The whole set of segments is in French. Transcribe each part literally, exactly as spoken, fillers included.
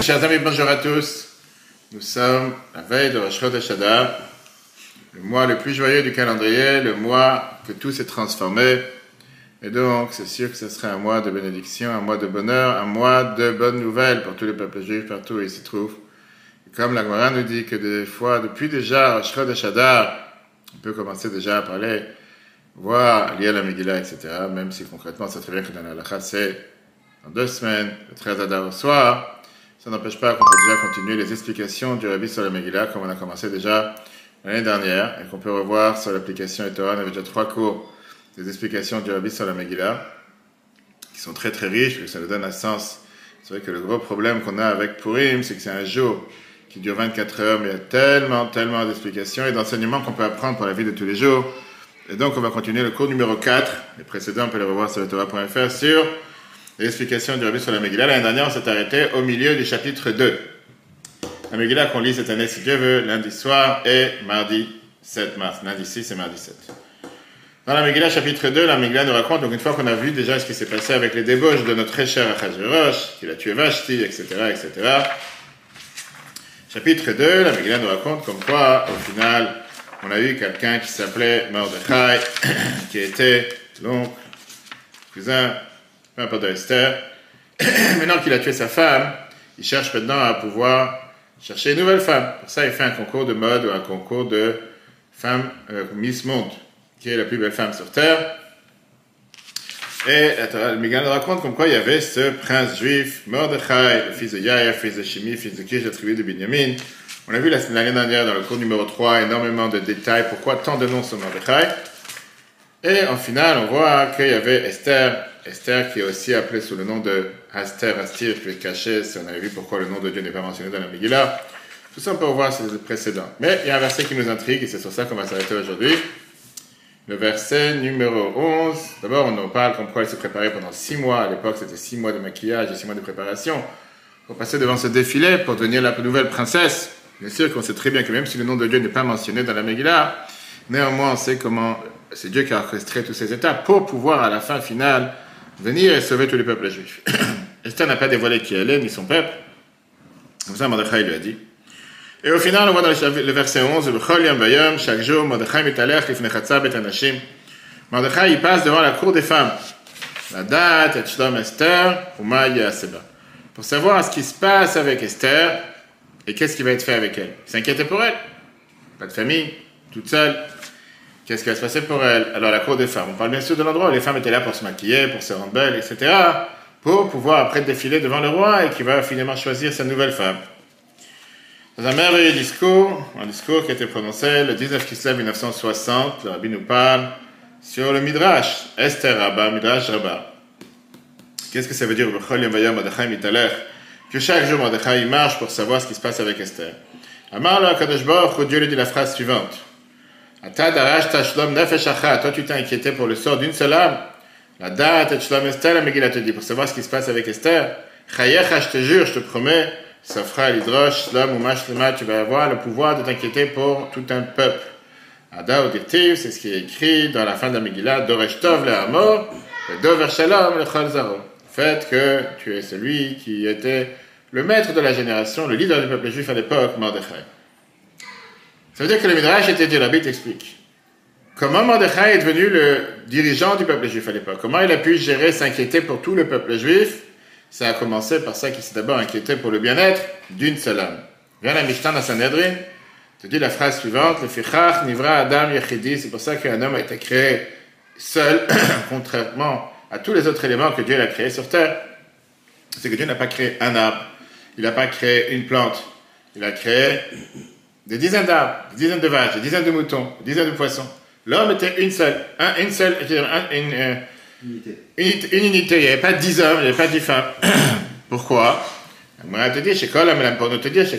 Chers amis, bonjour à tous. Nous sommes la veille de Rosh Chodesh Adar, le mois le plus joyeux du calendrier, le mois que tout s'est transformé. Et donc, c'est sûr que ce serait un mois de bénédiction, un mois de bonheur, un mois de bonnes nouvelles pour tous les peuples juifs partout où ils s'y trouvent. Et comme la Gemara nous dit que des fois, depuis déjà Rosh Chodesh Adar, on peut commencer déjà à parler, voir, lire la Megillah, et cetera. Même si concrètement, c'est très bien que dans la halakha, c'est dans deux semaines, le treize Adar au soir. Ça n'empêche pas qu'on peut déjà continuer les explications du Rabbi sur la Megillah, comme on a commencé déjà l'année dernière, et qu'on peut revoir sur l'application eTorah. On avait déjà trois cours des explications du Rabbi sur la Megillah, qui sont très très riches, parce que ça nous donne un sens. C'est vrai que le gros problème qu'on a avec Purim, c'est que c'est un jour qui dure vingt-quatre heures, mais il y a tellement, tellement d'explications et d'enseignements qu'on peut apprendre pour la vie de tous les jours. Et donc, on va continuer le cours numéro quatre. Les précédents, on peut les revoir sur eTorah point F R sur l'explication du Rabbi sur la Megillah. L'année dernière, on s'est arrêté au milieu du chapitre deux. La Megillah qu'on lit cette année, si Dieu veut, lundi soir et mardi sept mars. Lundi six et mardi sept. Dans la Megillah, chapitre deux, la Megillah nous raconte, donc une fois qu'on a vu déjà ce qui s'est passé avec les débauches de notre très cher Achashverosh, qu'il a tué Vashti, et cetera, et cetera. Chapitre deux, la Megillah nous raconte comme quoi, au final, on a eu quelqu'un qui s'appelait Mordechai, qui était l'oncle, cousin, peu importe de Esther. Maintenant qu'il a tué sa femme, il cherche maintenant à pouvoir chercher une nouvelle femme. Pour ça, il fait un concours de mode ou un concours de femme euh, Miss Monde, qui est la plus belle femme sur Terre. Et la Megillah nous raconte comme quoi il y avait ce prince juif, Mordechai, le fils de Yair, fils de Shimi, fils de Kish, la tribu de Binyamin. On a vu l'année dernière dans le cours numéro trois énormément de détails, pourquoi tant de noms sur Mordechai. Et en final, on voit qu'il y avait Esther, Esther qui est aussi appelée sous le nom de Aster, Astir, qui est caché, si on avait vu pourquoi le nom de Dieu n'est pas mentionné dans la Megillah. Tout ça, on peut revoir sur les précédents. Mais il y a un verset qui nous intrigue, et c'est sur ça qu'on va s'arrêter aujourd'hui. Le verset numéro onze. D'abord, on nous parle comme quoi il s'est préparé pendant six mois. À l'époque, c'était six mois de maquillage et six mois de préparation pour passer devant ce défilé, pour devenir la nouvelle princesse. Bien sûr qu'on sait très bien que même si le nom de Dieu n'est pas mentionné dans la Megillah, néanmoins, on sait comment c'est Dieu qui a orchestré toutes ces étapes pour pouvoir, à la fin finale, venir et sauver tous les peuples juifs. Esther n'a pas dévoilé qui elle est, ni son peuple. Comme ça, Mordechai lui a dit. Et au final, on voit dans le verset onze, chaque jour, Mordechai Mordechai, il passe devant la cour des femmes. La date, et Shlom Esther, Umaya Seba. Pour savoir ce qui se passe avec Esther et qu'est-ce qui va être fait avec elle. Il s'inquiétait pour elle. Pas de famille, toute seule. Qu'est-ce qui va se passer pour elle? Alors, la cour des femmes. On parle bien sûr de l'endroit où les femmes étaient là pour se maquiller, pour se rendre belles, et cetera. Pour pouvoir après défiler devant le roi et qui va finalement choisir sa nouvelle femme. Dans un merveilleux discours, un discours qui a été prononcé le dix-neuf Kislev mille neuf cent soixante, le Rabbi nous parle sur le Midrash, Esther Rabba, Midrash Rabba. Qu'est-ce que ça veut dire? Que chaque jour, Mordechai marche pour savoir ce qui se passe avec Esther. Amar le Kadosh Baruch Hu, Dieu lui dit la phrase suivante. Ata darash ta shlom nefesh achad. Toi, tu t'es inquiété pour le sort d'une seule âme. La date et shlom Esther, la Megillah te dit, pour savoir ce qui se passe avec Esther. Chayecha, je te jure, je te promets, Safra l'hydrosh, shlom ou mashlema, tu vas avoir le pouvoir de t'inquiéter pour tout un peuple. Ada ou dirtiv, c'est ce qui est écrit dans la fin de la Megillah, Doresh tov le hamor, et dover shalom le chol zaro. Le fait que tu es celui qui était le maître de la génération, le leader du peuple juif à l'époque, Mordechai. Ça veut dire que le Midrash était dit, le Rabbi t'explique. Comment Mordechai est devenu le dirigeant du peuple juif à l'époque? Comment il a pu gérer, s'inquiéter pour tout le peuple juif? Ça a commencé par ça qu'il s'est d'abord inquiété pour le bien-être d'une seule âme. Viens la Mishnah dans Sanhedrin, te dit la phrase suivante, le fichach nivra adam yachidi, c'est pour ça qu'un homme a été créé seul, contrairement à tous les autres éléments que Dieu a créés sur terre. C'est que Dieu n'a pas créé un arbre, il n'a pas créé une plante, il a créé des dizaines d'arbres, des dizaines de vaches, des dizaines de moutons, des dizaines de poissons. L'homme était une seule, un, une seule, je veux dire, un, une, euh, unité. Une, une unité. Il n'y avait pas dix hommes, il n'y avait pas dix femmes. Pourquoi? On te dit, pour nous te dire,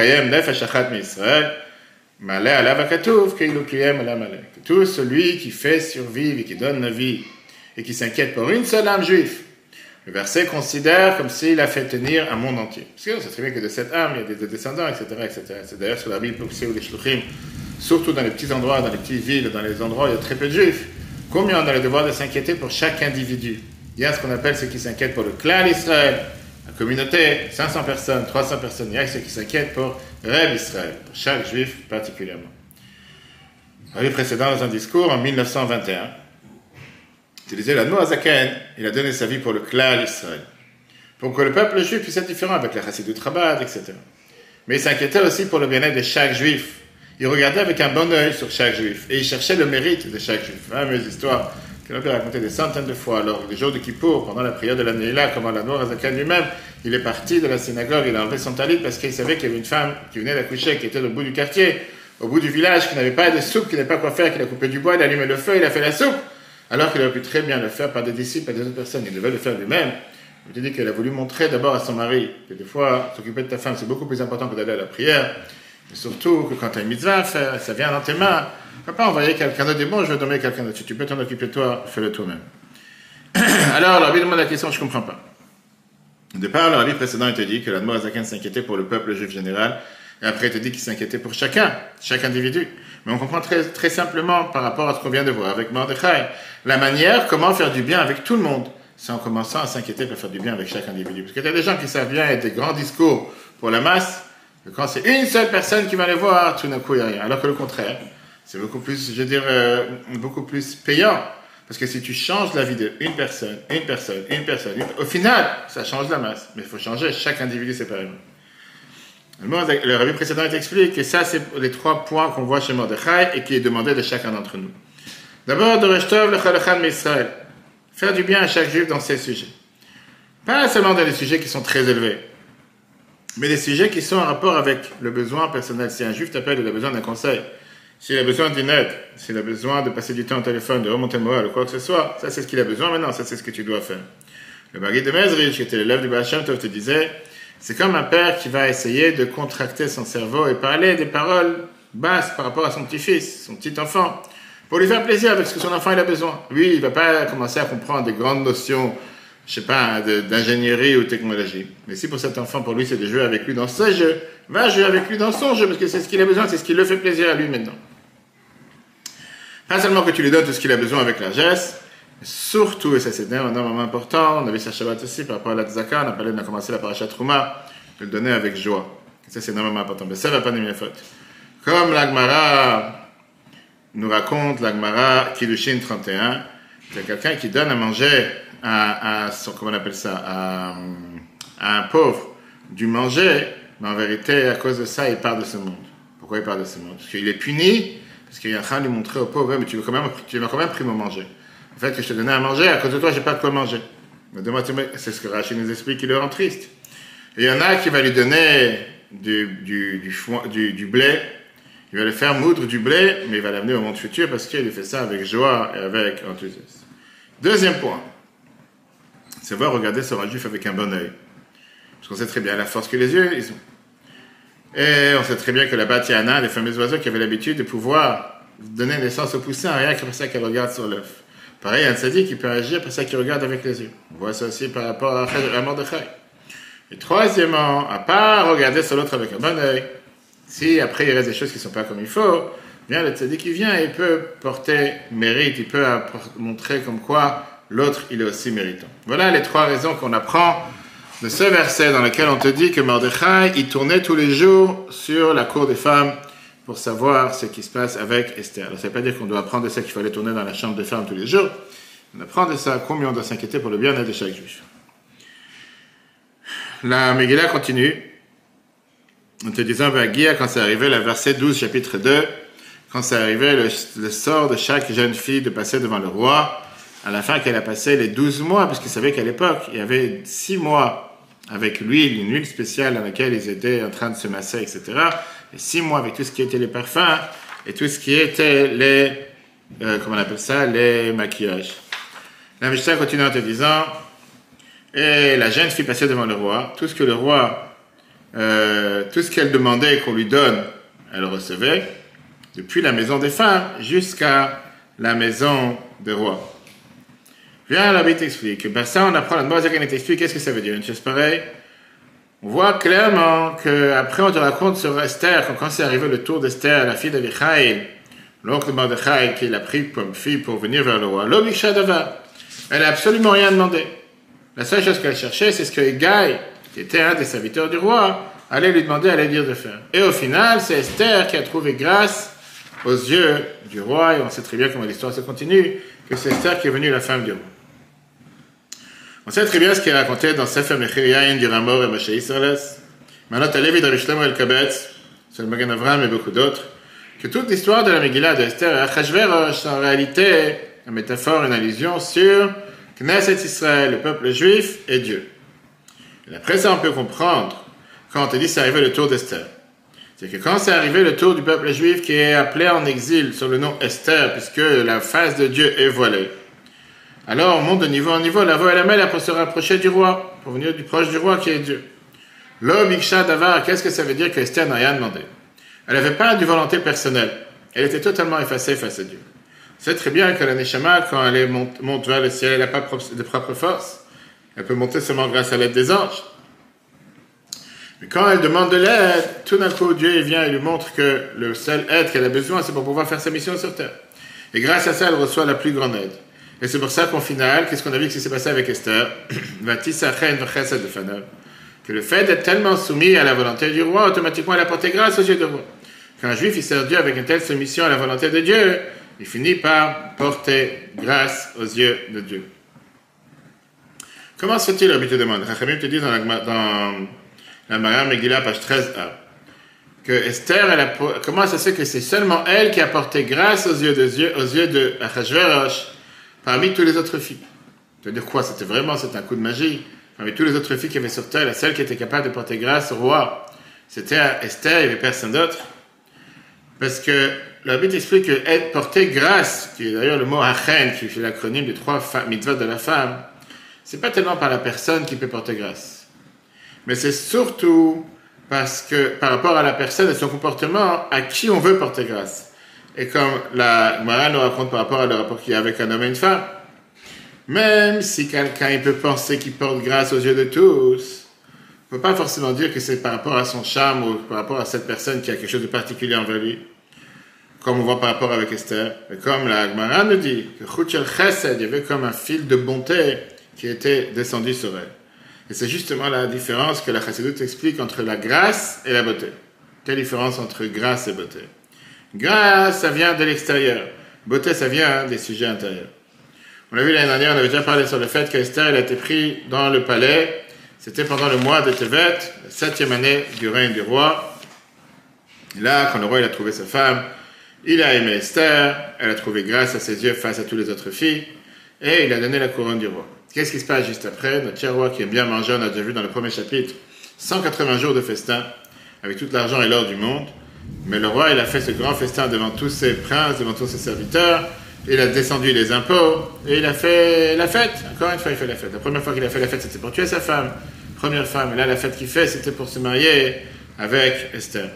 que tout celui qui fait survivre et qui donne la vie et qui s'inquiète pour une seule âme juive, le verset considère comme s'il a fait tenir un monde entier. Parce que c'est très bien que de cette âme, il y a des descendants, et cetera, et cetera. C'est d'ailleurs sur la Bible aussi où les shluchim, surtout dans les petits endroits, dans les petites villes, dans les endroits où il y a très peu de juifs, combien on a le devoir de s'inquiéter pour chaque individu. Il y a ce qu'on appelle ceux qui s'inquiètent pour le clan d'Israël, La communauté, cinq cents personnes, trois cents personnes, il y a ceux qui s'inquiètent pour Reb Israël, pour chaque juif particulièrement. L'année précédente, dans un discours en mille neuf cent vingt et un, il disait l'Admor Azaken, il a donné sa vie pour le clan Israël, pour que le peuple juif puisse être différent avec la Chassidut Chabad, et cetera. Mais il s'inquiétait aussi pour le bien-être de chaque juif. Il regardait avec un bon œil sur chaque juif et il cherchait le mérite de chaque juif. La fameuse histoire qu'il a pu raconter des centaines de fois lors du jour de Kippour, pendant la prière de la Neila, comment l'Admor Azaken lui-même, il est parti de la synagogue, il a enlevé son talit parce qu'il savait qu'il y avait une femme qui venait d'accoucher, qui était au bout du quartier, au bout du village, qui n'avait pas de soupe, qui n'avait pas quoi faire, qui a coupé du bois, il a allumé le feu, il a fait la soupe, alors qu'il aurait pu très bien le faire par des disciples, par des autres personnes. Il devait le faire lui-même. Je te dis qu'elle a voulu montrer d'abord à son mari que des fois, s'occuper de ta femme, c'est beaucoup plus important que d'aller à la prière. Et surtout que quand tu as une mitzvah à faire, ça vient dans tes mains. Tu ne peux pas envoyer quelqu'un d'autre, bon, je vais donner quelqu'un d'autre. Si tu peux t'en occuper toi, fais-le toi-même. Alors, la Bible demande la question, je ne comprends pas. Au départ, le rabbi précédent, il te dit que l'Admor Azaken s'inquiétait pour le peuple juif général. Et après, il te dit qu'il s'inquiétait pour chacun, chaque individu. Mais on comprend très, très simplement par rapport à ce qu'on vient de voir avec Mordechai, la manière, comment faire du bien avec tout le monde, c'est en commençant à s'inquiéter pour faire du bien avec chaque individu. Parce que tu as des gens qui savent bien être des grands discours pour la masse, que quand c'est une seule personne qui va les voir, tout d'un coup, il n'y a rien. Alors que le contraire, c'est beaucoup plus, je veux dire, euh, beaucoup plus payant. Parce que si tu changes la vie d'une personne, une personne, une personne, une... au final, ça change la masse. Mais il faut changer chaque individu séparément. Le rabbi précédent t'explique que ça, c'est les trois points qu'on voit chez Mordechai et qui est demandé de chacun d'entre nous. D'abord, de Rechtov le Chalachan Israël. Faire du bien à chaque juif dans ses sujets. Pas seulement dans les sujets qui sont très élevés, mais des sujets qui sont en rapport avec le besoin personnel. Si un juif t'appelle, il a besoin d'un conseil. S'il a besoin d'une aide, s'il a besoin de passer du temps au téléphone, de remonter le moral ou quoi que ce soit, ça c'est ce qu'il a besoin maintenant, ça c'est ce que tu dois faire. Le Maguid de Mezrich, qui était l'élève du Baal Shem Tov, te disait, c'est comme un père qui va essayer de contracter son cerveau et parler des paroles basses par rapport à son petit-fils, son petit-enfant, pour lui faire plaisir avec ce que son enfant il a besoin. Lui, il ne va pas commencer à comprendre des grandes notions, je sais pas, de, d'ingénierie ou de technologie. Mais si pour cet enfant, pour lui, c'est de jouer avec lui dans ce jeu, va jouer avec lui dans son jeu, parce que c'est ce qu'il a besoin, c'est ce qui le fait plaisir à lui maintenant. Pas seulement que tu lui donnes tout ce qu'il a besoin avec largesse, mais surtout, et ça c'est énormément important, on avait ça Shabbat aussi par rapport à la Tzaka, on a parlé, on a commencé la parashat Trouma, de le donner avec joie. Et ça c'est énormément important. Mais ça va pas de faute. Comme l'Agmara nous raconte, l'Agmara Kiddushin trente et un, c'est quelqu'un qui donne à manger à, à son, comment on appelle ça, à, à un pauvre du manger, mais en vérité, à cause de ça, il part de ce monde. Pourquoi il part de ce monde? Parce qu'il est puni, parce qu'il est en train de lui montrer au pauvre, mais tu veux quand même, tu m'as quand même pris mon manger. En fait, que je te donnais à manger, à cause de toi, j'ai pas de quoi manger. C'est ce que Rachid nous explique, il le rend triste. Et il y en a qui va lui donner du, du, du, foin, du, du blé, il va le faire moudre du blé, mais il va l'amener au monde futur parce qu'il fait ça avec joie et avec enthousiasme. Deuxième point, c'est voir regarder ce roi juif avec un bon œil. Parce qu'on sait très bien la force que les yeux, ils ont. Et on sait très bien que la Batiana, les fameux oiseaux qui avaient l'habitude de pouvoir donner naissance au poussin, rien qu'après ça qu'elle regarde sur l'œuf. Pareil, un tzaddik qui peut agir après ça qu'il regarde avec les yeux. On voit ça aussi par rapport à, à Mordechai. Et troisièmement, à part regarder sur l'autre avec un bon œil, si après il reste des choses qui ne sont pas comme il faut, bien le tzaddik qui vient, il peut porter mérite, il peut montrer comme quoi l'autre il est aussi méritant. Voilà les trois raisons qu'on apprend de ce verset dans lequel on te dit que Mordechai, il tournait tous les jours sur la cour des femmes pour savoir ce qui se passe avec Esther. Alors, ça ne veut pas dire qu'on doit apprendre de ça qu'il fallait tourner dans la chambre des femmes tous les jours. On apprend de ça combien on doit s'inquiéter pour le bien-être de chaque juif. La Megillah continue en te disant, quand c'est arrivé, le verset douze, chapitre deux, quand c'est arrivé le, le sort de chaque jeune fille de passer devant le roi, à la fin qu'elle a passé les douze mois, parce qu'il savait qu'à l'époque, il y avait six mois avec l'huile, une huile spéciale dans laquelle ils étaient en train de se masser, et cetera. Et six mois avec tout ce qui était les parfums et tout ce qui était les, euh, comment on appelle ça, les maquillages. La Mishnah continue en te disant, et la jeune fille passait devant le roi, tout ce que le roi, euh, tout ce qu'elle demandait qu'on lui donne, elle recevait, depuis la maison des femmes jusqu'à la maison des rois. Viens, la Bible t'explique. Ben ça, on apprend la Moïse qui t'explique qu'est-ce que ça veut dire. Une chose pareille. On voit clairement qu'après on te raconte sur Esther, quand c'est arrivé le tour d'Esther, la fille d'Avichaï, l'oncle de Mordechai, qui l'a pris comme fille pour venir vers le roi. L'Obisha Dava. Elle n'a absolument rien demandé. La seule chose qu'elle cherchait, c'est ce que Hégaï, qui était un des serviteurs du roi, allait lui demander à aller dire de faire. Et au final, c'est Esther qui a trouvé grâce aux yeux du roi, et on sait très bien comment l'histoire se continue, que c'est Esther qui est venue la femme du roi. On sait très bien ce qui est raconté dans Sefer Mechir Yain du Ramor et Moshe Israël, Manot Alevi de Shlomo El Kabetz, sur le Magen Avraham et beaucoup d'autres, que toute l'histoire de la Megillah de Esther et Achashverosh, c'est en réalité une métaphore, une allusion sur Knesset Israël, le peuple juif et Dieu. Et après ça, on peut comprendre quand on te dit c'est arrivé le tour d'Esther. C'est que quand c'est arrivé le tour du peuple juif qui est appelé en exil sur le nom Esther, puisque la face de Dieu est voilée, alors on monte de niveau en niveau, la voix et la main pour se rapprocher du roi, pour venir du proche du roi qui est Dieu. L'Obiksha Davar, qu'est-ce que ça veut dire que Esther n'a rien demandé? Elle n'avait pas de volonté personnelle. Elle était totalement effacée face à Dieu. C'est très bien que la Neshama, quand elle est monte, monte vers le ciel, elle n'a pas de propre force. Elle peut monter seulement grâce à l'aide des anges. Mais quand elle demande de l'aide, tout d'un coup, Dieu il vient et lui montre que le seul aide qu'elle a besoin, c'est pour pouvoir faire sa mission sur terre. Et grâce à ça, elle reçoit la plus grande aide. Et c'est pour ça qu'au final, qu'est-ce qu'on a vu que s'est passé avec Esther? Que le fait d'être tellement soumis à la volonté du roi, automatiquement, elle a porté grâce aux yeux du roi. Quand un juif il sert Dieu avec une telle soumission à la volonté de Dieu, il finit par porter grâce aux yeux de Dieu. Comment se fait-il, Rabbi te demande? Chachamim te dit dans la, dans la Maria Megillah, page treize a, que Esther, elle a, comment ça se fait que c'est seulement elle qui a porté grâce aux yeux de Dieu, aux yeux de Achashverosh, parmi tous les autres filles? Ça veut dire quoi? C'était vraiment, c'est un coup de magie. Parmi tous les autres filles qui avaient sur terre, la seule qui était capable de porter grâce au roi, c'était Esther, il n'y avait personne d'autre. Parce que la Bible explique que être porté grâce, qui est d'ailleurs le mot achen, qui fait l'acronyme des trois mitzvot de la femme, c'est pas tellement par la personne qui peut porter grâce. Mais c'est surtout parce que, par rapport à la personne et son comportement, à qui on veut porter grâce. Et comme la Gemara nous raconte par rapport à le rapport qu'il y a avec un homme et une femme, même si quelqu'un il peut penser qu'il porte grâce aux yeux de tous, on ne peut pas forcément dire que c'est par rapport à son charme ou par rapport à cette personne qui a quelque chose de particulier envers lui, comme on voit par rapport avec Esther. Et comme la Gemara nous dit que Chutchel Chesed, il y avait comme un fil de bonté qui était descendu sur elle. Et c'est justement la différence que la Chassidut explique entre la grâce et la beauté. Quelle différence entre grâce et beauté? Grâce, ça vient de l'extérieur. Beauté, ça vient des sujets intérieurs. On l'a vu l'année dernière, on avait déjà parlé sur le fait qu'Esther, elle a été prise dans le palais. C'était pendant le mois de Tevet, la septième année du règne du roi. Et là, quand le roi il a trouvé sa femme, il a aimé Esther, elle a trouvé grâce à ses yeux face à toutes les autres filles, et il a donné la couronne du roi. Qu'est-ce qui se passe juste après? Notre cher roi qui aime bien manger, on a déjà vu dans le premier chapitre, cent quatre-vingts jours de festin, avec tout l'argent et l'or du monde. Mais le roi, il a fait ce grand festin devant tous ses princes, devant tous ses serviteurs. Il a descendu les impôts et il a fait la fête. Encore une fois, il fait la fête. La première fois qu'il a fait la fête, c'était pour tuer sa femme. Première femme. Et là, la fête qu'il fait, c'était pour se marier avec Esther.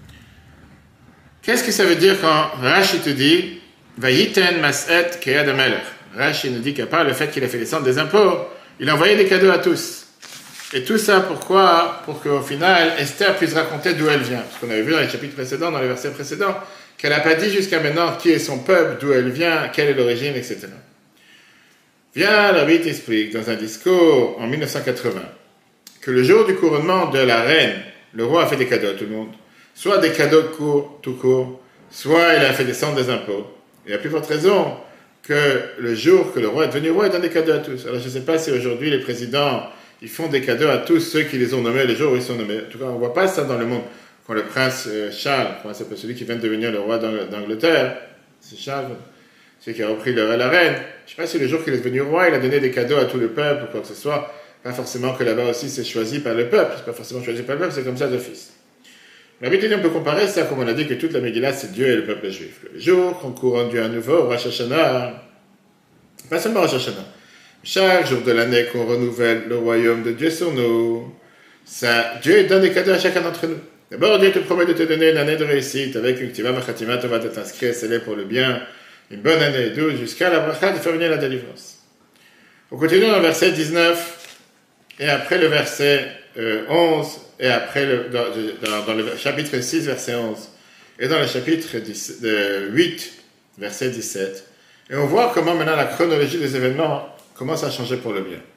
Qu'est-ce que ça veut dire quand Rashi te dit Vayiten mas'et keyad hamelech? Rashi nous dit qu'à part le fait qu'il a fait descendre des impôts, il a envoyé des cadeaux à tous. Et tout ça, pourquoi? Pour qu'au final, Esther puisse raconter d'où elle vient. Parce qu'on avait vu dans les chapitres précédents, dans les versets précédents, qu'elle n'a pas dit jusqu'à maintenant qui est son peuple, d'où elle vient, quelle est l'origine, et cetera. Viens, la Bible explique dans un discours en mille neuf cent quatre-vingts que le jour du couronnement de la reine, le roi a fait des cadeaux à tout le monde. Soit des cadeaux de court, tout court, soit il a fait descendre des impôts. Et à plus forte raison que le jour que le roi est devenu roi, il donne des cadeaux à tous. Alors je ne sais pas si aujourd'hui les présidents ils font des cadeaux à tous ceux qui les ont nommés le jour où ils sont nommés. En tout cas, on ne voit pas ça dans le monde. Quand le prince Charles, comment s'appelle celui qui vient de devenir le roi d'Angleterre, c'est Charles, celui qui a repris le, la reine. Je ne sais pas si le jour qu'il est devenu roi, il a donné des cadeaux à tout le peuple ou quoi que ce soit. Pas forcément que là-bas aussi c'est choisi par le peuple. C'est pas forcément choisi par le peuple, c'est comme ça d'office. Mais habitude, on peut comparer ça, comme on a dit que toute la Megillah, c'est Dieu et le peuple juif. Le jour qu'on couronne Dieu à nouveau, Rosh Hashanah, pas seulement Rosh Hashanah, chaque jour de l'année qu'on renouvelle le royaume de Dieu sur nous, ça, Dieu donne des cadeaux à chacun d'entre nous. D'abord, Dieu te promet de te donner une année de réussite avec une ktiva machatima, tu vas t'inscrire, c'est pour le bien, une bonne année, douze, jusqu'à la bracha de faire venir la délivrance. On continue dans le verset dix-neuf, et après le verset euh, onze, et après le, dans, dans, dans le chapitre six, verset onze, et dans le chapitre dix, de huit, verset dix-sept. Et on voit comment maintenant la chronologie des événements commence à changer pour le bien.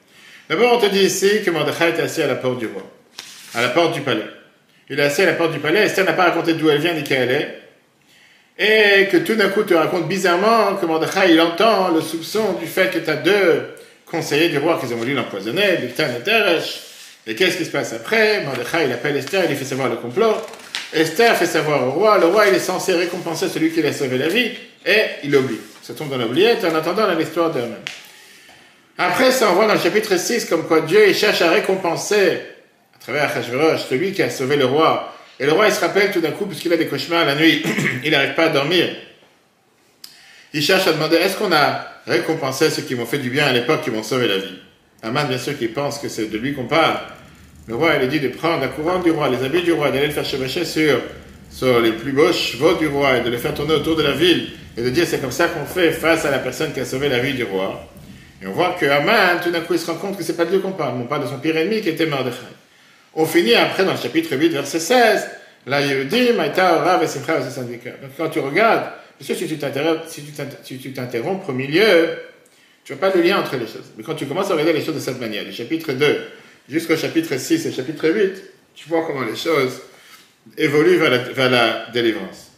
D'abord, on te dit ici que Mordechai était assis à la porte du roi, à la porte du palais. Il est assis à la porte du palais. Esther n'a pas raconté d'où elle vient ni qui elle est. Et que tout d'un coup, tu racontes bizarrement que Mordechai, il entend le soupçon du fait que tu as deux conseillers du roi qui ont voulu l'empoisonner, Bigtan et Teresh. Et qu'est-ce qui se passe après? Mordechai, il appelle Esther, il lui fait savoir le complot. Esther fait savoir au roi. Le roi, il est censé récompenser celui qui lui a sauvé la vie. Et il oublie. Ça tombe dans l'oubliette en attendant dans l'histoire d'eux-mêmes. Après, ça, on voit dans le chapitre six, comme quoi Dieu, il cherche à récompenser, à travers Achashverosh, celui qui a sauvé le roi. Et le roi, il se rappelle tout d'un coup, puisqu'il a des cauchemars la nuit, il n'arrive pas à dormir. Il cherche à demander, est-ce qu'on a récompensé ceux qui m'ont fait du bien à l'époque, qui m'ont sauvé la vie? Aman, bien sûr, qui pense que c'est de lui qu'on parle. Le roi, il lui dit de prendre la couronne du roi, les habits du roi, d'aller le faire chevaucher sur, sur les plus beaux chevaux du roi, et de le faire tourner autour de la ville, et de dire, c'est comme ça qu'on fait face à la personne qui a sauvé la vie du roi. Et on voit que Aman, tout d'un coup, il se rend compte que c'est pas de Dieu qu'on parle, on parle de son pire ennemi qui était Mordechai. On finit après dans le chapitre huit, verset seize, là, Yehudim, Maïta, Orav et Simcha, et Sandvika. Donc quand tu regardes, bien sûr, si tu t'interromps, si tu t'inter- si tu t'interromps au milieu, tu vois pas le lien entre les choses. Mais quand tu commences à regarder les choses de cette manière, du chapitre deux jusqu'au chapitre six et chapitre huit, tu vois comment les choses évoluent vers la, vers la délivrance.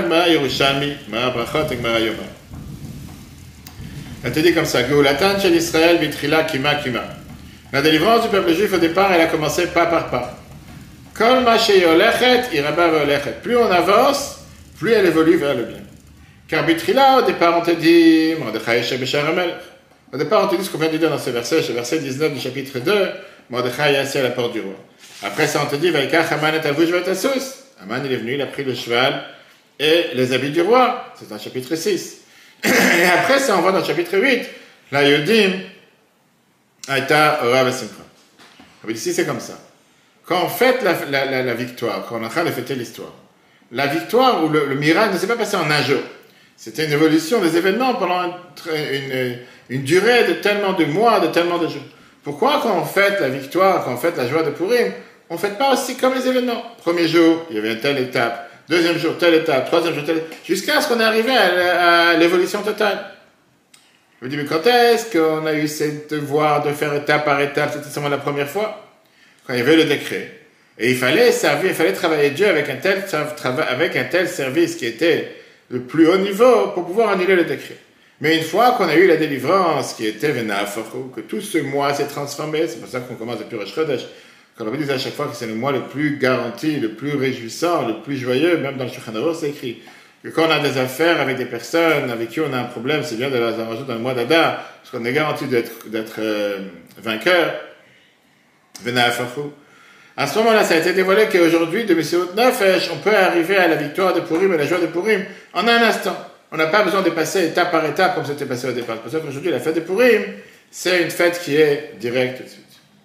Elle te dit comme ça, Geulatan shel Israël vitrila kima kima. La délivrance du peuple juif au départ, elle a commencé pas par pas. Kol ma sheyolechet iraba veolechet. Plus on avance, plus elle évolue vers le bien. Car vitrila, au départ, on te dit, Mordechai yeshev b'shar hamelech. Au départ, on te dit ce qu'on vient de dire dans ce verset, ce verset dix-neuf du chapitre deux, Mordechai est assis à la porte du roi. Après ça, on te dit, Vaikach Haman et avush v'tasus. Haman, il est venu, il a pris le cheval et les habits du roi. C'est dans le chapitre six. Et après ça, on va dans le chapitre huit, la Yodim, Aïta, Orav et Simcha. Ici, c'est comme ça. Quand on fête la, la, la, la victoire, quand on est en train de fêter l'histoire, la victoire ou le, le miracle ne s'est pas passé en un jour. C'était une évolution des événements pendant une, une, une durée de tellement de mois, de tellement de jours. Pourquoi quand on fête la victoire, quand on fête la joie de Purim, on ne fête pas aussi comme les événements? Premier jour, il y avait une telle étape. Deuxième jour, telle étape. Troisième jour, telle étape. Jusqu'à ce qu'on est arrivé à, à l'évolution totale. Je me dis, mais quand est-ce qu'on a eu cette devoir de faire étape par étape? C'était seulement la première fois. Quand il y avait le décret. Et il fallait servir, il fallait travailler Dieu avec un tel, avec un tel service qui était le plus haut niveau pour pouvoir annuler le décret. Mais une fois qu'on a eu la délivrance qui était Venafachu, que tout ce mois s'est transformé, c'est pour ça qu'on commence depuis Rosh Chodesh, quand on dit à chaque fois que c'est le mois le plus garanti, le plus réjouissant, le plus joyeux, même dans le Shulchan Aruch, c'est écrit que quand on a des affaires avec des personnes avec qui on a un problème, c'est bien de les arranger dans le mois d'Adar, parce qu'on est garanti d'être, d'être euh, vainqueur. Venafachu. À ce moment-là, ça a été dévoilé qu'aujourd'hui, de Messiot Nefesh, on peut arriver à la victoire de Purim et la joie de Purim en un instant. On n'a pas besoin de passer étape par étape comme c'était passé au départ. C'est pour ça qu'aujourd'hui, la fête de Purim, c'est une fête qui est directe tout de suite.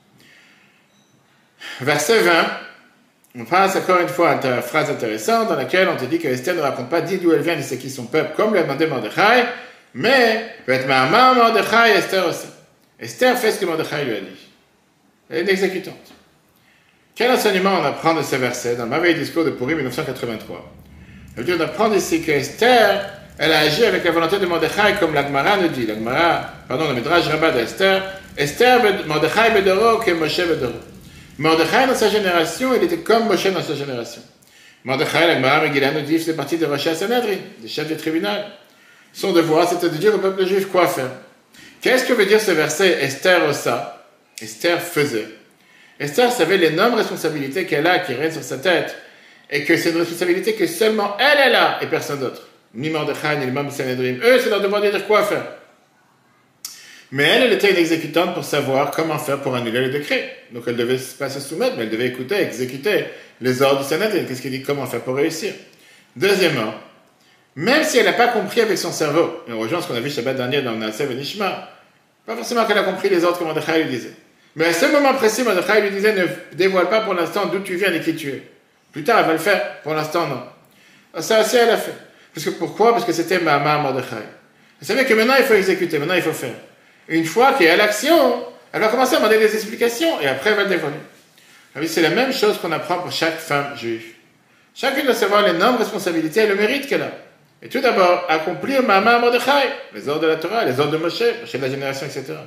Verset vingt, on passe encore une fois à une phrase intéressante dans laquelle on te dit que Esther ne raconte pas dit d'où elle vient ni c'est qui son peuple, comme lui a demandé Mordechai, mais peut-être maman Mordechai et Esther aussi. Esther fait ce que Mordechai lui a dit. Elle est une exécutante. Quel enseignement on apprend de ce verset dans le merveilleux discours de Purim mille neuf cent quatre-vingt-trois? Ça veut dire, on apprend ici que Esther, elle a agi avec la volonté de Mordechai, comme la Gemara nous dit. La Gemara, pardon, le Midrash Rabbah d'Esther, Esther, Mordechai Bedoro, que Moshe Bedoro. Mordechai dans sa génération, il était comme Moshe dans sa génération. Mordechai, la Gemara Megillah nous dit, faisait partie de Rosh Sanhedrin, des chefs du tribunal. Son devoir, c'était de dire au peuple juif quoi faire. Qu'est-ce que veut dire ce verset Esther osa? Esther faisait. Esther savait l'énorme responsabilité qu'elle a, qui règne sur sa tête, et que c'est une responsabilité que seulement elle, elle a, et personne d'autre. Ni Mordechai, ni le membres du Sanhedrin. Eux, c'est leur devoir de dire quoi faire. Mais elle, elle était une exécutante pour savoir comment faire pour annuler le décret. Donc elle devait pas se soumettre, mais elle devait écouter, exécuter les ordres du Sanhedrin. Qu'est-ce qu'il dit, comment faire pour réussir. Deuxièmement, même si elle n'a pas compris avec son cerveau, et on rejoint ce qu'on a vu Shabbat dernier dans le Naasev et Nishma, pas forcément qu'elle a compris les ordres que Mordechai lui disait. Mais à ce moment précis, Mordechai lui disait, ne dévoile pas pour l'instant d'où tu viens et qui tu es. Plus tard, elle va le faire. Pour l'instant, non. Ça aussi, elle a fait. Parce que, pourquoi? Parce que c'était Mama Mordechai. Elle savait que maintenant, il faut exécuter, maintenant, il faut faire. Une fois qu'elle est à l'action, elle va commencer à demander des explications et après, elle va le dévoiler. C'est la même chose qu'on apprend pour chaque femme juive. Chacune doit savoir l'énorme responsabilité et le mérite qu'elle a. Et tout d'abord, accomplir Mama Mordechai, les ordres de la Torah, les ordres de Moshe, Moshe de la génération, et cetera.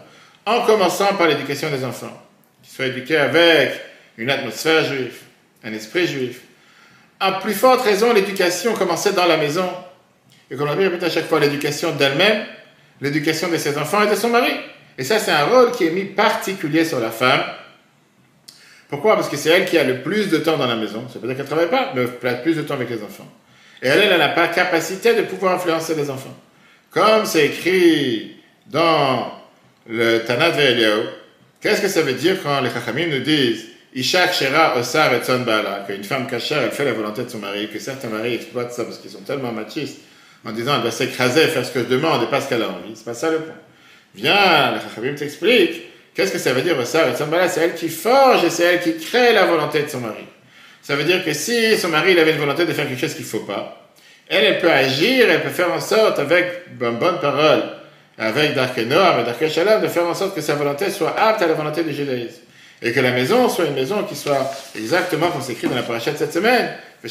en commençant par l'éducation des enfants, qu'ils soient éduqués avec une atmosphère juive, un esprit juif. À plus forte raison, l'éducation commençait dans la maison. Et comme on dit, répète à chaque fois, l'éducation d'elle-même, l'éducation de ses enfants et de son mari. Et ça, c'est un rôle qui est mis particulier sur la femme. Pourquoi? Parce que c'est elle qui a le plus de temps dans la maison. Ça veut dire qu'elle ne travaille pas, mais elle a plus de temps avec les enfants. Et elle, elle n'a pas la capacité de pouvoir influencer les enfants. Comme c'est écrit dans le Tanat Ve'Eliyahu, qu'est-ce que ça veut dire quand les Chachamim nous disent Isha Kshera Osar et Tzon Ba'ala, qu'une femme cachère, elle fait la volonté de son mari, que certains maris exploitent ça parce qu'ils sont tellement machistes, en disant elle doit s'écraser, faire ce que je demande et pas ce qu'elle a envie. C'est pas ça le point. Viens, les Chachamim t'expliquent. Qu'est-ce que ça veut dire, Osar et Tzon Ba'ala? C'est elle qui forge et c'est elle qui crée la volonté de son mari. Ça veut dire que si son mari il avait une volonté de faire quelque chose qu'il ne faut pas, elle, elle peut agir, elle peut faire en sorte, avec une bonne parole, avec Darkei Noam et Darkei Shalom, de faire en sorte que sa volonté soit apte à la volonté du judaïsme. Et que la maison soit une maison qui soit exactement comme c'est écrit dans la paracha de cette semaine,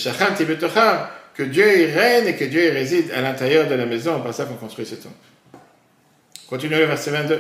que Dieu y règne et que Dieu y réside à l'intérieur de la maison, par ça qu'on construit ce temple. Continuons le verset vingt-deux.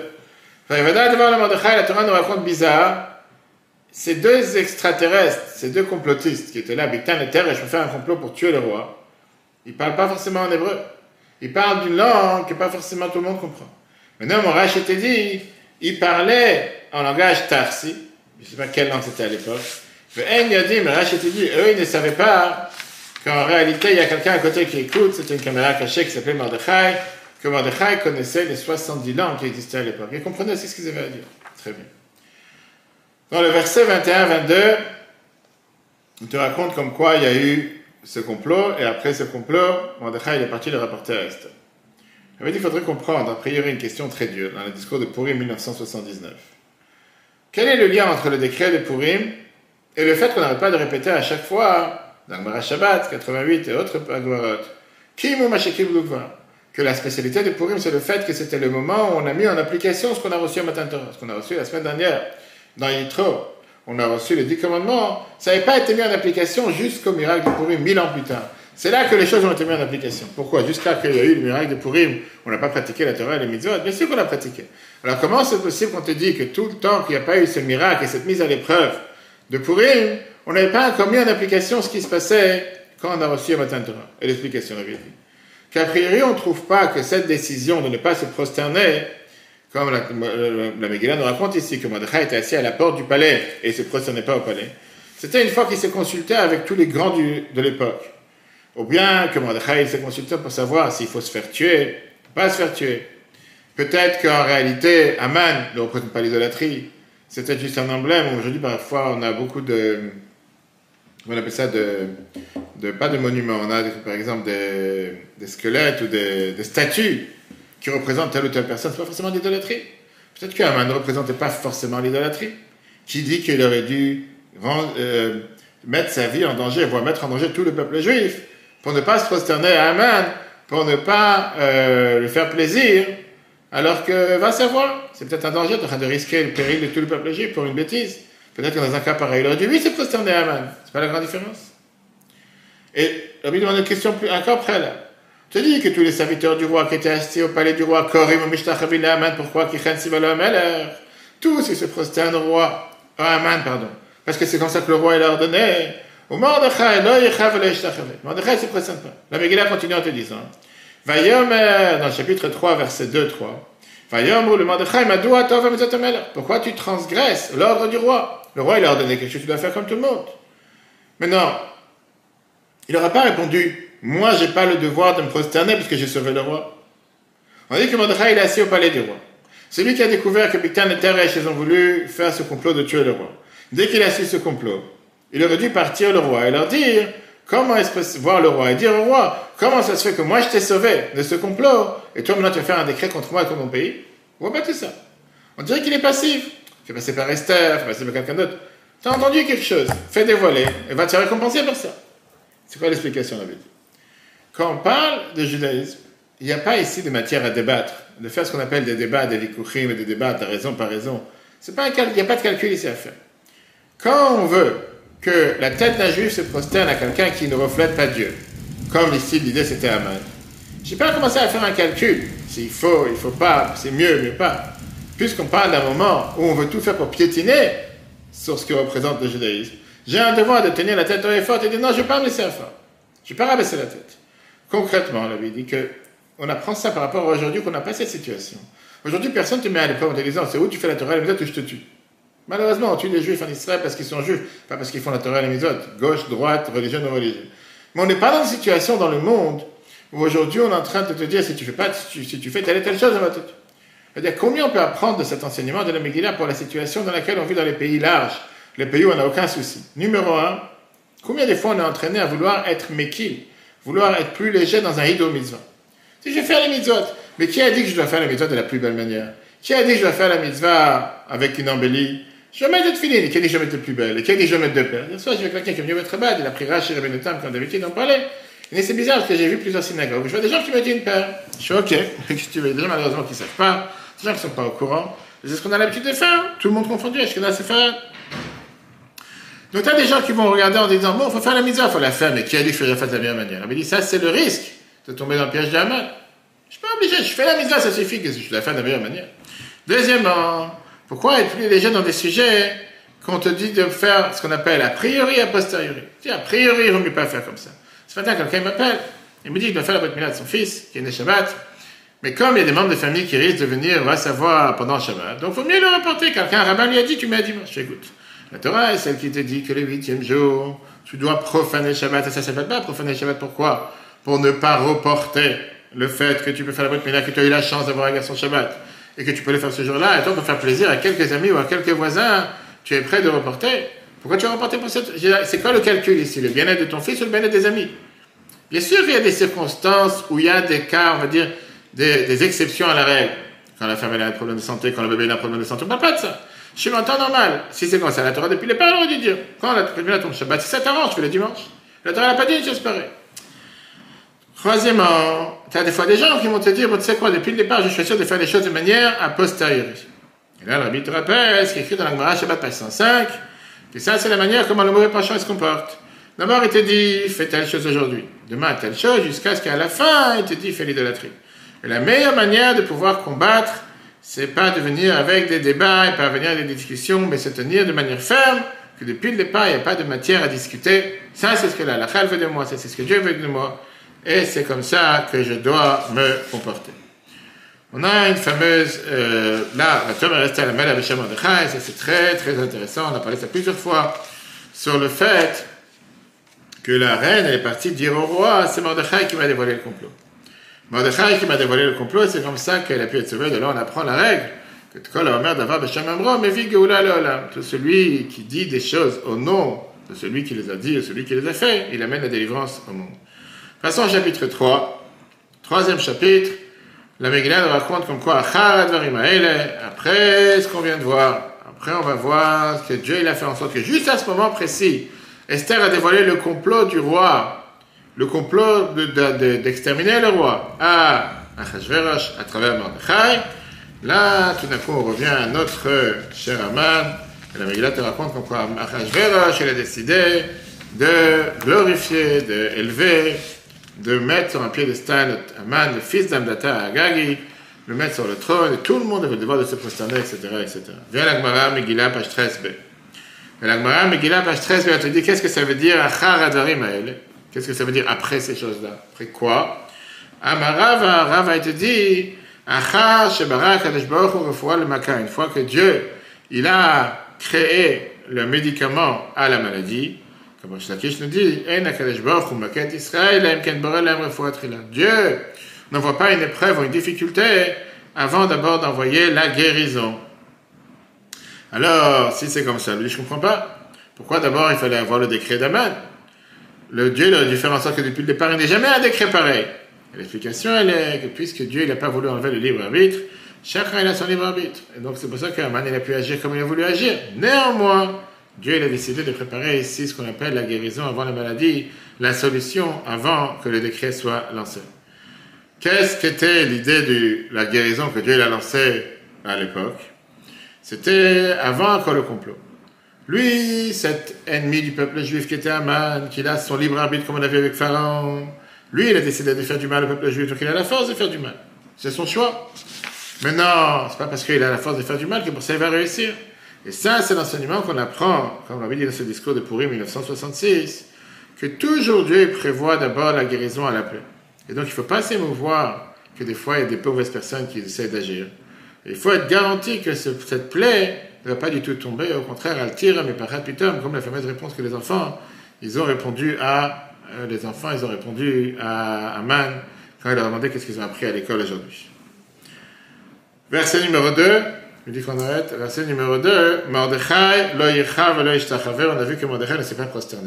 La Torah nous raconte bizarre. Ces deux extraterrestres, ces deux complotistes qui étaient là, Bigtan et Teresh, vont faire un complot pour tuer le roi. Ils ne parlent pas forcément en hébreu. Ils parlent d'une langue que pas forcément tout le monde comprend. Maintenant, mon Rashi était dit, ils parlaient en langage tarsi. Je ne sais pas quelle langue c'était à l'époque. Mais Yadim, Rashi était dit, eux, ils ne savaient pas qu'en réalité, il y a quelqu'un à côté qui écoute. C'était une caméra cachée qui s'appelait Mordechai, que Mordechai connaissait les soixante-dix langues qui existaient à l'époque. Ils comprenaient aussi ce qu'ils avaient à dire. Très bien. Dans le verset vingt et un vingt-deux, on te raconte comme quoi il y a eu ce complot, et après ce complot, Mordechai il est parti le rapporter à Esther. Il avait dit qu'il faudrait comprendre, a priori, une question très dure dans le discours de Purim mille neuf cent soixante-dix-neuf. Quel est le lien entre le décret de Purim et le fait qu'on n'arrête pas de répéter à chaque fois, dans le Gemara Shabbat, quatre-vingt-huit et autres Agmarot, Kim ou Mashekim Lukva, que la spécialité de Purim, c'est le fait que c'était le moment où on a mis en application ce qu'on a reçu à Matan Torah, ce qu'on a reçu la semaine dernière dans Yitro. On a reçu les dix commandements, ça n'avait pas été mis en application jusqu'au miracle de Purim, mille ans plus tard. C'est là que les choses ont été mises en application. Pourquoi? Jusqu'à qu'il y a eu le miracle de Purim, on n'a pas pratiqué la Torah et les mitzvot. Bien sûr qu'on l'a pratiqué. Alors comment c'est possible qu'on te dit que tout le temps qu'il n'y a pas eu ce miracle et cette mise à l'épreuve de Purim, on n'avait pas encore mis en application ce qui se passait quand on a reçu le Matan Torah? Et l'explication avait dit qu'a priori on ne trouve pas que cette décision de ne pas se prosterner, comme la, la, la Megillah nous raconte ici, que Mordechai était assis à la porte du palais et ne se prosternait pas au palais. C'était une fois qu'il s'est consulté avec tous les grands du, de l'époque. Ou bien que Mordechai s'est consulté pour savoir s'il faut se faire tuer, pas se faire tuer. Peut-être qu'en réalité, Aman ne représente pas l'idolâtrie. C'était juste un emblème. Aujourd'hui, parfois, on a beaucoup de... On appelle ça de... de pas de monuments. On a, par exemple, des, des squelettes ou des, des statues qui représentent telle ou telle personne, c'est pas forcément l'idolâtrie. Peut-être qu'Aman ne représentait pas forcément l'idolâtrie. Qui dit qu'il aurait dû rendre, euh, mettre sa vie en danger, voire mettre en danger tout le peuple juif, pour ne pas se prosterner à Aman, pour ne pas euh, lui faire plaisir, alors que, va savoir, c'est peut-être un danger de, de risquer le péril de tout le peuple juif pour une bêtise. Peut-être que dans un cas pareil, il aurait dû lui se prosterner à Aman. C'est pas la grande différence. Et on lui demande une question plus, encore près là. Je te dis que tous les serviteurs du roi qui étaient assis au palais du roi, Korim ou Mishtachavin Aman, pourquoi Kichen Sivalo Ameler, tous ils se prosternent au roi, à Aman, pardon, parce que c'est comme ça que le roi il a ordonné. Au Mordechai, lo yechav lo yishtachavin. Mordechai ne se prosterne pas. La Megillah continue en te disant, Vayomer, dans le chapitre trois, verset deux trois, Vayomer, le Mordechai, Madoua tov amizot Ameler. Pourquoi tu transgresses l'ordre du roi? Le roi il a ordonné quelque chose, tu dois faire comme tout le monde. Maintenant, il n'aura pas répondu, moi, je n'ai pas le devoir de me prosterner puisque j'ai sauvé le roi. On dit que Mordechai il est assis au palais du roi. C'est lui qui a découvert que Bigtan et Teresh ils ont voulu faire ce complot de tuer le roi. Dès qu'il a su ce complot, il aurait dû partir le roi et leur dire comment est-ce que voir le roi et dire au roi comment ça se fait que moi je t'ai sauvé de ce complot et toi maintenant tu vas faire un décret contre moi et contre mon pays. On voit pas tout ça. On dirait qu'il est passif. Fais passer par Esther, fais passer par quelqu'un d'autre. Tu as entendu quelque chose, fais dévoiler et va te faire récompenser par ça. C'est quoi l'explication de la Bible? Quand on parle de judaïsme, il n'y a pas ici de matière à débattre, de faire ce qu'on appelle des débats, des likuchim et des débats de raison par raison. C'est pas un cal... Il n'y a pas de calcul ici à faire. Quand on veut que la tête d'un juif se prosterne à quelqu'un qui ne reflète pas Dieu, comme ici l'idée c'était Aman, je n'ai pas commencé à faire un calcul, s'il faut, il ne faut pas, c'est mieux, mieux pas. puisqu'on parle d'un moment où on veut tout faire pour piétiner sur ce que représente le judaïsme, j'ai un devoir de tenir la tête forte et de dire non, je ne vais pas me laisser faire. Je ne vais pas rabaisser la tête. Concrètement, la Bible dit qu'on apprend ça par rapport à aujourd'hui qu'on n'a pas cette situation. Aujourd'hui, personne ne te met à l'épreuve en te disant c'est où tu fais la Torah et la mitzvot ou je te tue. Malheureusement, on tue les Juifs en Israël parce qu'ils sont Juifs, pas parce qu'ils font la Torah et la mitzvot, gauche, droite, religieux, non religieux. Mais on n'est pas dans une situation dans le monde où aujourd'hui on est en train de te dire si tu fais pas, si tu, si tu fais telle et telle chose, on va te tuer. C'est-à-dire combien on peut apprendre de cet enseignement de la Megillah pour la situation dans laquelle on vit dans les pays larges, les pays où on n'a aucun souci. Numéro un, combien des fois on est entraîné à vouloir être mekil, vouloir être plus léger dans un hido mitzvah. Si je vais faire les mitzvot, mais qui a dit que je dois faire la mitzvah de la plus belle manière? Qui a dit que je dois faire la mitzvah avec une embellie? Je vais mettre de filines, et qui a dit que je vais mettre de plus belle? Et qui a dit que je vais mettre de paires? Hier soir, j'ai vu quelqu'un qui est venu mettre bad, il a pris Rashi et Rabbeinu Tam, comme d'habitude, on parlait. Et c'est bizarre parce que j'ai vu plusieurs synagogues. Je vois des gens qui mettent une paire. Je suis ok, qu'est-ce que tu veux? Des gens malheureusement qui ne savent pas, des gens qui ne sont pas au courant. C'est ce qu'on a l'habitude de faire, tout le monde confondu, est-ce qu'on a assez fait? Donc, tu as des gens qui vont regarder en disant bon, il faut faire la mitzvah, il faut la faire, mais qui a dit que je fais la fête de la meilleure manière? On me dit ça, c'est le risque de tomber dans le piège d'Aman. Je ne suis pas obligé, je fais la mitzvah, ça suffit que je la fais de la meilleure manière. Deuxièmement, pourquoi être plus léger dans des sujets qu'on te dit de faire ce qu'on appelle a priori a posteriori? Tu dis, a priori, il ne vaut mieux pas faire comme ça. Ce matin, quelqu'un m'appelle, il me dit qu'il doit faire la Brit Mila de son fils, qui est né Shabbat, mais comme il y a des membres de famille qui risquent de venir, on va savoir pendant Shabbat, donc il faut mieux le rapporter. Quelqu'un, un rabbin lui a dit, tu mets à dimanche. Écoute, la Torah est celle qui te dit que le huitième jour, tu dois profaner Shabbat, et ça ne s'appelle pas profaner Shabbat, pourquoi? Pour ne pas reporter le fait que tu peux faire la Brit Mila, que tu as eu la chance d'avoir un garçon Shabbat, et que tu peux le faire ce jour-là, et toi, pour faire plaisir à quelques amis ou à quelques voisins, tu es prêt de reporter. Pourquoi tu vas reporter pour cette... C'est quoi le calcul ici? Le bien-être de ton fils ou le bien-être des amis? Bien sûr, il y a des circonstances où il y a des cas, on va dire, des, des exceptions à la règle. Quand la femme elle a un problème de santé, quand le bébé a un problème de santé, on ne parle pas de ça. Je suis en temps normal. Si c'est comme ça, la Torah depuis les parents, on aurait dû dire. Quand la Torah tombe Shabbat, si ça t'arrange, tu fais le dimanche. La Torah n'a pas dit une chose pareille. Troisièmement, tu as des fois des gens qui vont te dire, bon, tu sais quoi, depuis le départ, je suis sûr de faire les choses de manière a posteriori. Et là, le rabbi te rappelle ce qui est écrit dans la Gemara, Shabbat, page cent cinq, que ça, c'est la manière comment le mauvais penchant se comporte. D'abord, il te dit, fais telle chose aujourd'hui. Demain, telle chose, jusqu'à ce qu'à la fin, il te dit, fais l'idolâtrie. Et la meilleure manière de pouvoir combattre, c'est pas de venir avec des débats et pas venir avec des discussions, mais se tenir de manière ferme, que depuis le départ, il n'y a pas de matière à discuter. Ça, c'est ce que la halakha veut de moi, ça, c'est ce que Dieu veut de moi. Et c'est comme ça que je dois me comporter. On a une fameuse, euh, là, la Torah est restée à la mêle avec Mordechai, ça c'est très très intéressant, on a parlé ça plusieurs fois, sur le fait que la reine, elle est partie dire au roi, c'est Mordechai qui m'a dévoilé le complot. Mordechai qui m'a dévoilé le complot, c'est comme ça qu'elle a pu être sauvée, de là on apprend la règle, que tout la mère d'avoir Besham Amro, mais vit Geoula Leolam, tout celui qui dit des choses au nom de celui qui les a dit, ou celui qui les a fait, il amène la délivrance au monde. Passons au chapitre trois, troisième chapitre, la Megillah nous raconte comme quoi, après ce qu'on vient de voir, après on va voir ce que Dieu il a fait en sorte que juste à ce moment précis, Esther a dévoilé le complot du roi, le complot de, de, de, d'exterminer le roi à Achashverosh à travers Mordechai. Là, tout d'un coup, on revient à notre cher Aman, et la Megillah te raconte comme quoi Achashverosh il a décidé de glorifier, d'élever, de mettre sur un piédestal Aman, le fils d'Amdata Agagi, le mettre sur le trône, et tout le monde avait le devoir de se prosterner, et cetera, et cetera. Viens la Gemara, Megillah, page treize b. Et la Gemara, Megillah, page treize b, elle te dit, qu'est-ce que ça veut dire, Achar Advarim Haele? Qu'est-ce que ça veut dire après ces choses-là? Après quoi? Amarava, Rava, il te dit, Achar Shebara Kadosh Baruch Hu Refoua le Maka. Une fois que Dieu, il a créé le médicament à la maladie, comme Shlakish nous dit, Dieu n'envoie pas une épreuve ou une difficulté avant d'abord d'envoyer la guérison. Alors, si c'est comme ça, lui, je ne comprends pas. Pourquoi d'abord il fallait avoir le décret d'Aman? Le Dieu il a dû faire en sorte que depuis le départ, il n'y ait jamais un décret pareil. Et l'explication, elle est que puisque Dieu n'a pas voulu enlever le libre arbitre, chacun il a son libre arbitre. Et donc c'est pour ça qu'Aman il a pu agir comme il a voulu agir. Néanmoins, Dieu il a décidé de préparer ici ce qu'on appelle la guérison avant la maladie, la solution avant que le décret soit lancé. Qu'est-ce qu'était l'idée de la guérison que Dieu il a lancée à l'époque? C'était avant encore le complot. Lui, cet ennemi du peuple juif qui était Aman, qui a son libre arbitre comme on a vu avec Pharaon, lui il a décidé de faire du mal au peuple juif, donc il a la force de faire du mal. C'est son choix. Mais non, c'est pas parce qu'il a la force de faire du mal que pour ça il va réussir. Et ça, c'est l'enseignement qu'on apprend, comme on l'avait dit dans ce discours de Purim mille neuf cent soixante-six, que toujours Dieu prévoit d'abord la guérison à la plaie. Et donc il ne faut pas s'émouvoir que des fois il y a des pauvres personnes qui essaient d'agir. Il faut être garanti que ce, cette plaie ne va pas du tout tomber, au contraire, elle tire, mais par rapitum, comme la fameuse réponse que les enfants, ils ont répondu à, euh, les enfants, ils ont répondu à Aman, quand il leur a demandé qu'est-ce qu'ils ont appris à l'école aujourd'hui. Verset numéro deux, je dis qu'on arrête, verset numéro deux, Mordechai, lo yichav, lo yishtachaver, on a vu que Mordechai ne s'est pas prosterné.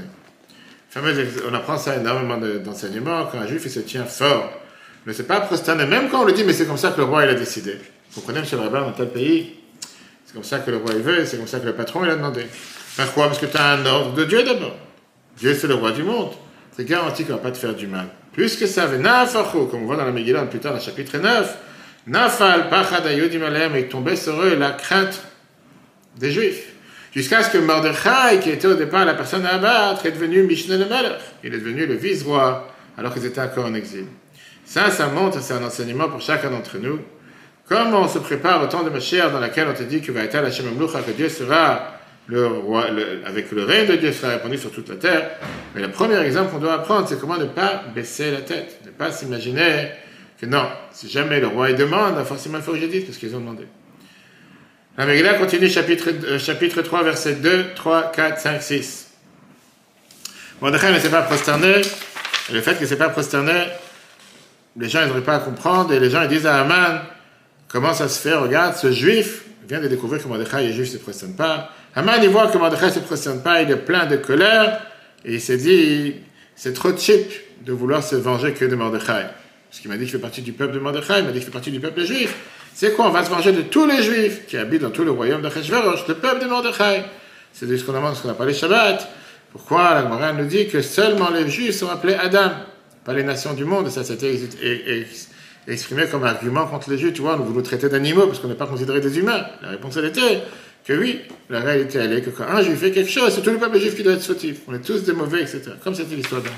On apprend ça énormément d'enseignements, quand un juif il se tient fort, ne s'est pas prosterné, même quand on le dit, mais c'est comme ça que le roi il a décidé. Vous comprenez, M. le rabbin, dans tel pays, c'est comme ça que le roi il veut, c'est comme ça que le patron il a demandé. Pourquoi? Parce que tu as un ordre de Dieu d'abord. Dieu c'est le roi du monde. C'est garanti qu'il ne va pas te faire du mal. Plus que ça, Venafachu, comme on voit dans la Megillah plus tard, dans le chapitre neuf, Nafal, Pachad, Ayudim Alem, est tombé sur eux la crainte des Juifs. Jusqu'à ce que Mordechai, qui était au départ la personne à abattre, est devenu Mishneh le Melech. Il est devenu le vice-roi, alors qu'ils étaient encore en exil. Ça, ça montre, c'est un enseignement pour chacun d'entre nous. Comment on se prépare au temps de Mashiach dans laquelle on te dit que va être Hashem Amloucha, que Dieu sera le roi, le, avec le règne de Dieu sera répandu sur toute la terre. Mais le premier exemple qu'on doit apprendre, c'est comment ne pas baisser la tête, ne pas s'imaginer que non, si jamais le roi il demande, forcément il faut que je dise parce qu'ils ont demandé. La Megillah continue, chapitre, euh, chapitre trois, versets deux, trois, quatre, cinq, six. Mordechai ne s'est pas prosterné, et le fait qu'il ne s'est pas prosterné, les gens n'auraient pas à comprendre, et les gens ils disent à Haman, comment ça se fait, regarde, ce juif vient de découvrir que Mordechai est juif, ne se prosterne pas. Haman, il voit que Mordechai ne se prosterne pas, il est plein de colère, et il s'est dit, c'est trop cheap de vouloir se venger que de Mordechai. Parce qu'il m'a dit qu'il fait partie du peuple de Mordechai, il m'a dit qu'il fait partie du peuple juif. C'est quoi? On va se venger de tous les juifs qui habitent dans tout le royaume d'Achashverosh, le peuple de Mordechai. C'est de ce qu'on demande, ce qu'on appelle les Shabbat. Pourquoi la Gemara nous dit que seulement les juifs sont appelés Adam, pas les nations du monde, et ça c'était exprimé comme argument contre les juifs. Tu vois, nous voulons traiter d'animaux parce qu'on n'est pas considérés des humains. La réponse elle était que oui, la réalité elle est que quand un juif fait quelque chose, c'est tout le peuple juif qui doit être fautif. On est tous des mauvais, et cetera. Comme c'était l'histoire d'Aman.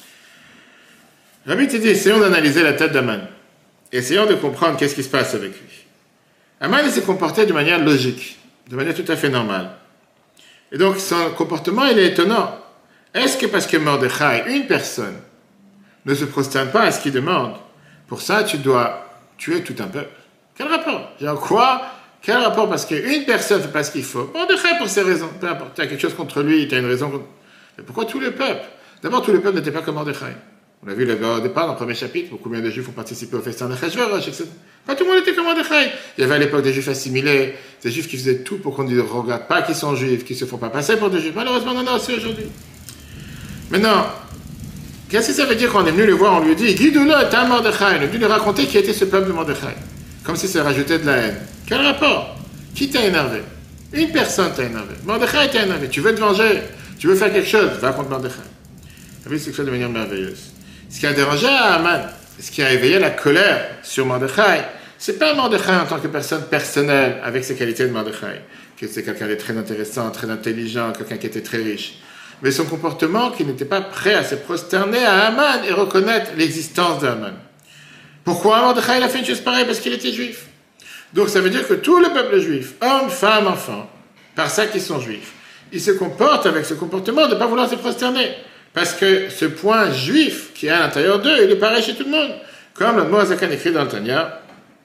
Rabbi te dit, essayons d'analyser la tête d'Aman. Essayons de comprendre qu'est-ce qui se passe avec lui. Aman il s'est comporté de manière logique, de manière tout à fait normale. Et donc son comportement il est étonnant. Est-ce que parce que Mordechai, une personne, ne se prosterne pas à ce qu'il demande, pour ça tu dois tuer tout un peuple? Quel rapport? Genre quoi? Quel rapport? Parce qu'une personne ne fait pas ce qu'il faut. Mordechai pour ses raisons, peu importe. Tu as quelque chose contre lui, tu as une raison contre... Mais pourquoi tout le peuple? D'abord tout le peuple n'était pas comme Mordechai. On l'a vu au départ, dans le premier chapitre, combien de juifs ont participé au festin de Achashverosh, et cetera. Pas tout le monde était comme Mordechai. Il y avait à l'époque des juifs assimilés, des juifs qui faisaient tout pour qu'on ne regarde pas qu'ils sont juifs, qui ne se font pas passer pour des juifs. Malheureusement, on en a aussi aujourd'hui. Maintenant, qu'est-ce que ça veut dire quand on est venu le voir, on lui dit, Guidoula, t'as Mordechai. On est venu lui raconter qui était ce peuple de Mordechai. Comme si ça rajoutait de la haine. Quel rapport? Qui t'a énervé? Une personne t'a énervé. Mordechai t'a énervé. Tu veux te venger? Tu veux faire quelque chose? Va contre Mordechai. Vous avez vu, c'est quelque chose de manière merveilleuse. Ce qui a dérangé à Haman, ce qui a éveillé la colère sur Mordechai, c'est pas Mordechai en tant que personne personnelle avec ses qualités de Mordechai, que c'est quelqu'un de très intéressant, très intelligent, quelqu'un qui était très riche, mais son comportement qui n'était pas prêt à se prosterner à Haman et reconnaître l'existence de Haman. Pourquoi Mordechai il a fait une chose pareille? Parce qu'il était juif. Donc ça veut dire que tout le peuple juif, hommes, femmes, enfants, par ça qu'ils sont juifs, ils se comportent avec ce comportement de ne pas vouloir se prosterner. Parce que ce point juif qui est à l'intérieur d'eux, il est pareil chez tout le monde. Comme le Moazakan écrit dans le Tanya,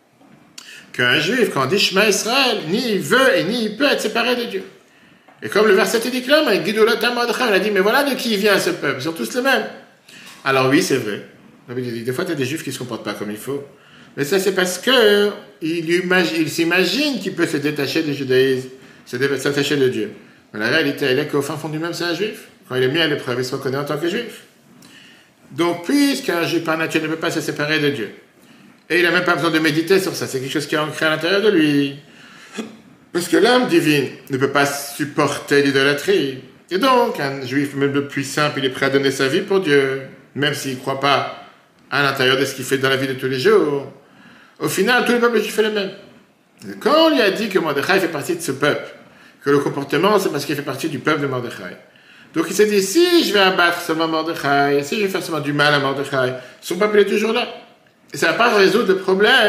qu'un juif, quand on dit Shema Israël, ni il veut et ni il peut être séparé de Dieu. Et comme le verset dit clairement, il a dit, mais voilà de qui il vient ce peuple, ils sont tous les mêmes. Alors oui, c'est vrai. Des fois, tu as des juifs qui ne se comportent pas comme il faut. Mais ça, c'est parce qu'il il s'imagine qu'il peut se détacher du judaïsme, se détacher de Dieu. Mais la réalité, elle est qu'au fin fond du même, c'est un juif. Quand il est mis à l'épreuve, il se reconnaît en tant que juif. Donc, puisqu'un juif par nature ne peut pas se séparer de Dieu, et il n'a même pas besoin de méditer sur ça, c'est quelque chose qui est ancré à l'intérieur de lui. Parce que l'âme divine ne peut pas supporter l'idolâtrie. Et donc, un juif, même le plus simple, il est prêt à donner sa vie pour Dieu, même s'il ne croit pas à l'intérieur de ce qu'il fait dans la vie de tous les jours. Au final, tout le peuple juif fait le même. Et quand on lui a dit que Mordechai fait partie de ce peuple, que le comportement, c'est parce qu'il fait partie du peuple de Mordechai. Donc il s'est dit, si je vais abattre seulement Mordechai, si je vais faire seulement du mal à Mordechai, son peuple est toujours là. Et ça ne va pas résoudre le problème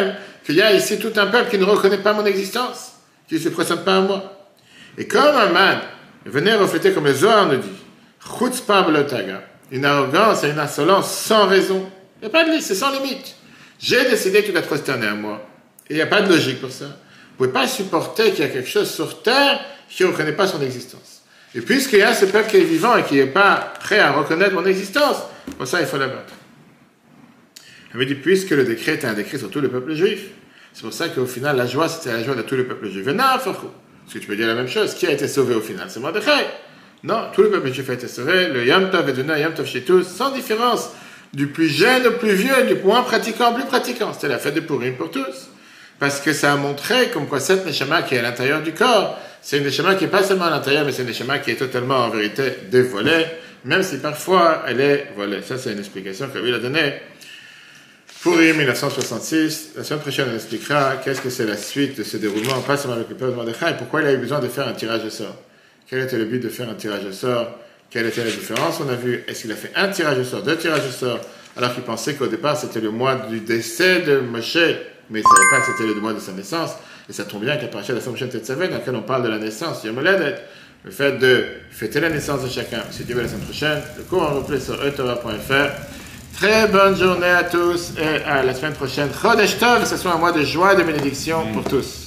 qu'il y a ici tout un peuple qui ne reconnaît pas mon existence, qui ne se présente pas à moi. Et comme un man venait refléter, comme le Zohar nous dit, chutzpah b'lotaga, une arrogance et une insolence sans raison. Il n'y a pas de limite, c'est sans limite. J'ai décidé que tu dois te prosterner à moi. Et il n'y a pas de logique pour ça. Vous ne pouvez pas supporter qu'il y a quelque chose sur terre qui ne reconnaît pas son existence. Et puisqu'il y a ce peuple qui est vivant et qui n'est pas prêt à reconnaître mon existence, pour ça il faut l'abattre. Il me dit, puisque le décret était un décret sur tout le peuple juif, c'est pour ça qu'au final, la joie, c'était la joie de tout le peuple juif. Parce que tu peux dire la même chose. Qui a été sauvé au final? C'est Mordechai. Non, tout le peuple juif a été sauvé. Le Yom Tov est devenu un Yom Tov chez tous, sans différence. Du plus jeune au plus vieux, du moins pratiquant au plus pratiquant. C'était la fête de Purim pour tous. Parce que ça a montré comme quoi cette Neshama qui est à l'intérieur du corps, c'est une Neshama qui n'est pas seulement à l'intérieur, mais c'est une Neshama qui est totalement en vérité dévoilée, même si parfois elle est volée. Ça, c'est une explication que lui a donnée. Purim mille neuf cent soixante-six, la semaine prochaine on expliquera qu'est-ce que c'est la suite de ce déroulement, pas seulement avec le peuple de Mordechai, et pourquoi il a eu besoin de faire un tirage au sort. Quel était le but de faire un tirage au sort? Quelle était la différence? On a vu, est-ce qu'il a fait un tirage au sort, deux tirages au sort, alors qu'il pensait qu'au départ c'était le mois du décès de Moshe, mais il ne savait pas que c'était le mois de sa naissance, et ça tombe bien qu'à partir de la semaine prochaine Tetzavet, dans laquelle on parle de la naissance, Yom Haledet, le fait de fêter la naissance de chacun. Si Dieu veut la semaine prochaine, le cours en replay sur e torah point f r. Très bonne journée à tous et à la semaine prochaine. Chodesh Tov, que ce soit un mois de joie et de bénédiction pour tous.